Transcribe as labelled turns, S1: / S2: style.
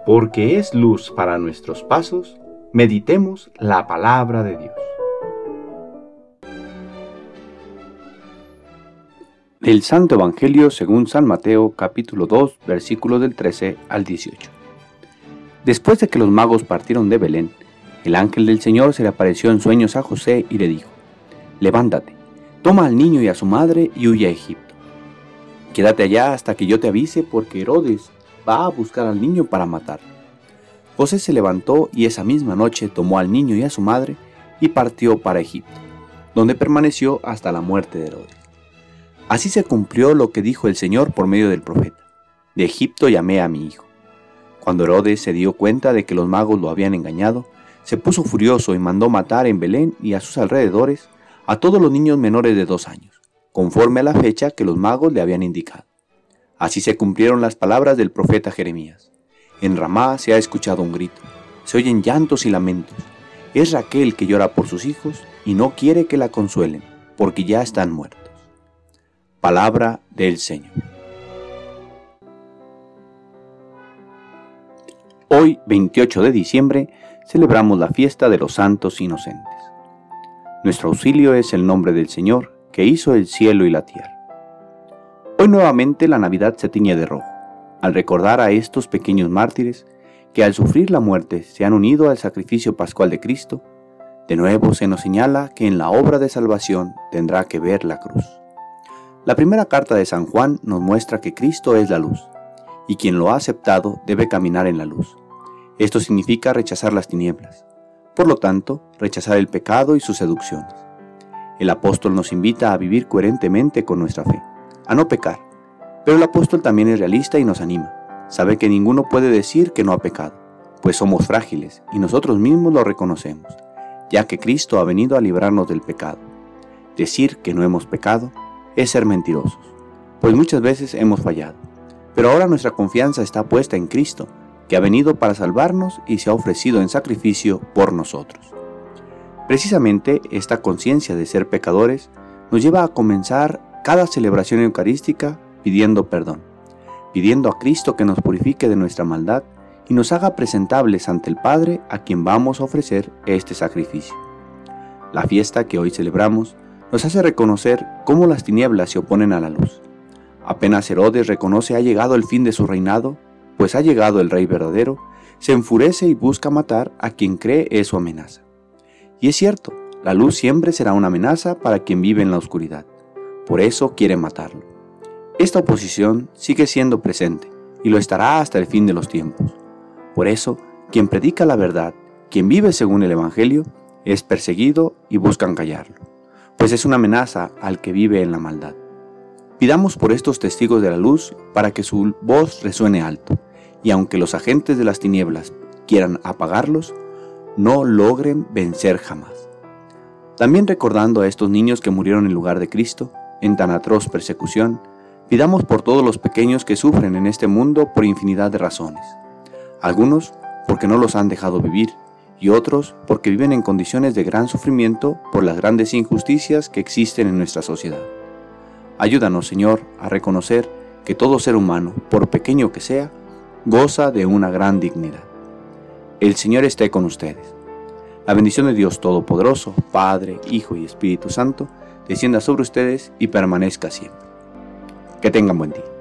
S1: porque es luz para nuestros pasos, meditemos la palabra de Dios. Del Santo Evangelio según San Mateo, capítulo 2, versículos del 13 al 18. Después de que los magos partieron de Belén, el ángel del Señor se le apareció en sueños a José y le dijo: «Levántate, toma al niño y a su madre y huye a Egipto. Quédate allá hasta que yo te avise, porque Herodes va a buscar al niño para matarlo». José se levantó y esa misma noche tomó al niño y a su madre y partió para Egipto, donde permaneció hasta la muerte de Herodes. Así se cumplió lo que dijo el Señor por medio del profeta: «De Egipto llamé a mi hijo». Cuando Herodes se dio cuenta de que los magos lo habían engañado, se puso furioso y mandó matar en Belén y a sus alrededores a todos los niños menores de 2 años, conforme a la fecha que los magos le habían indicado. Así se cumplieron las palabras del profeta Jeremías: «En Ramá se ha escuchado un grito, se oyen llantos y lamentos. Es Raquel que llora por sus hijos y no quiere que la consuelen, porque ya están muertos». Palabra del Señor. Hoy, 28 de diciembre, celebramos la fiesta de los santos inocentes. Nuestro auxilio es el nombre del Señor, que hizo el cielo y la tierra. Hoy nuevamente la Navidad se tiñe de rojo, al recordar a estos pequeños mártires que al sufrir la muerte se han unido al sacrificio pascual de Cristo. De nuevo se nos señala que en la obra de salvación tendrá que ver la cruz. La primera carta de San Juan nos muestra que Cristo es la luz, y quien lo ha aceptado debe caminar en la luz. Esto significa rechazar las tinieblas, por lo tanto, rechazar el pecado y sus seducciones. El apóstol nos invita a vivir coherentemente con nuestra fe, a no pecar, pero el apóstol también es realista y nos anima. Sabe que ninguno puede decir que no ha pecado, pues somos frágiles y nosotros mismos lo reconocemos, ya que Cristo ha venido a librarnos del pecado. Decir que no hemos pecado es ser mentirosos, pues muchas veces hemos fallado. Pero ahora nuestra confianza está puesta en Cristo, que ha venido para salvarnos y se ha ofrecido en sacrificio por nosotros. Precisamente esta conciencia de ser pecadores nos lleva a comenzar cada celebración eucarística pidiendo perdón, pidiendo a Cristo que nos purifique de nuestra maldad y nos haga presentables ante el Padre, a quien vamos a ofrecer este sacrificio. La fiesta que hoy celebramos nos hace reconocer cómo las tinieblas se oponen a la luz. Apenas Herodes reconoce ha llegado el fin de su reinado, pues ha llegado el rey verdadero, se enfurece y busca matar a quien cree es su amenaza. Y es cierto, la luz siempre será una amenaza para quien vive en la oscuridad. Por eso quiere matarlo. Esta oposición sigue siendo presente y lo estará hasta el fin de los tiempos. Por eso, quien predica la verdad, quien vive según el Evangelio, es perseguido y buscan callarlo, pues es una amenaza al que vive en la maldad. Pidamos por estos testigos de la luz para que su voz resuene alto, y aunque los agentes de las tinieblas quieran apagarlos, no logren vencer jamás. También recordando a estos niños que murieron en lugar de Cristo, en tan atroz persecución, pidamos por todos los pequeños que sufren en este mundo por infinidad de razones. Algunos porque no los han dejado vivir, y otros porque viven en condiciones de gran sufrimiento por las grandes injusticias que existen en nuestra sociedad. Ayúdanos, Señor, a reconocer que todo ser humano, por pequeño que sea, goza de una gran dignidad. El Señor esté con ustedes. La bendición de Dios Todopoderoso, Padre, Hijo y Espíritu Santo, descienda sobre ustedes y permanezca siempre. Que tengan buen día.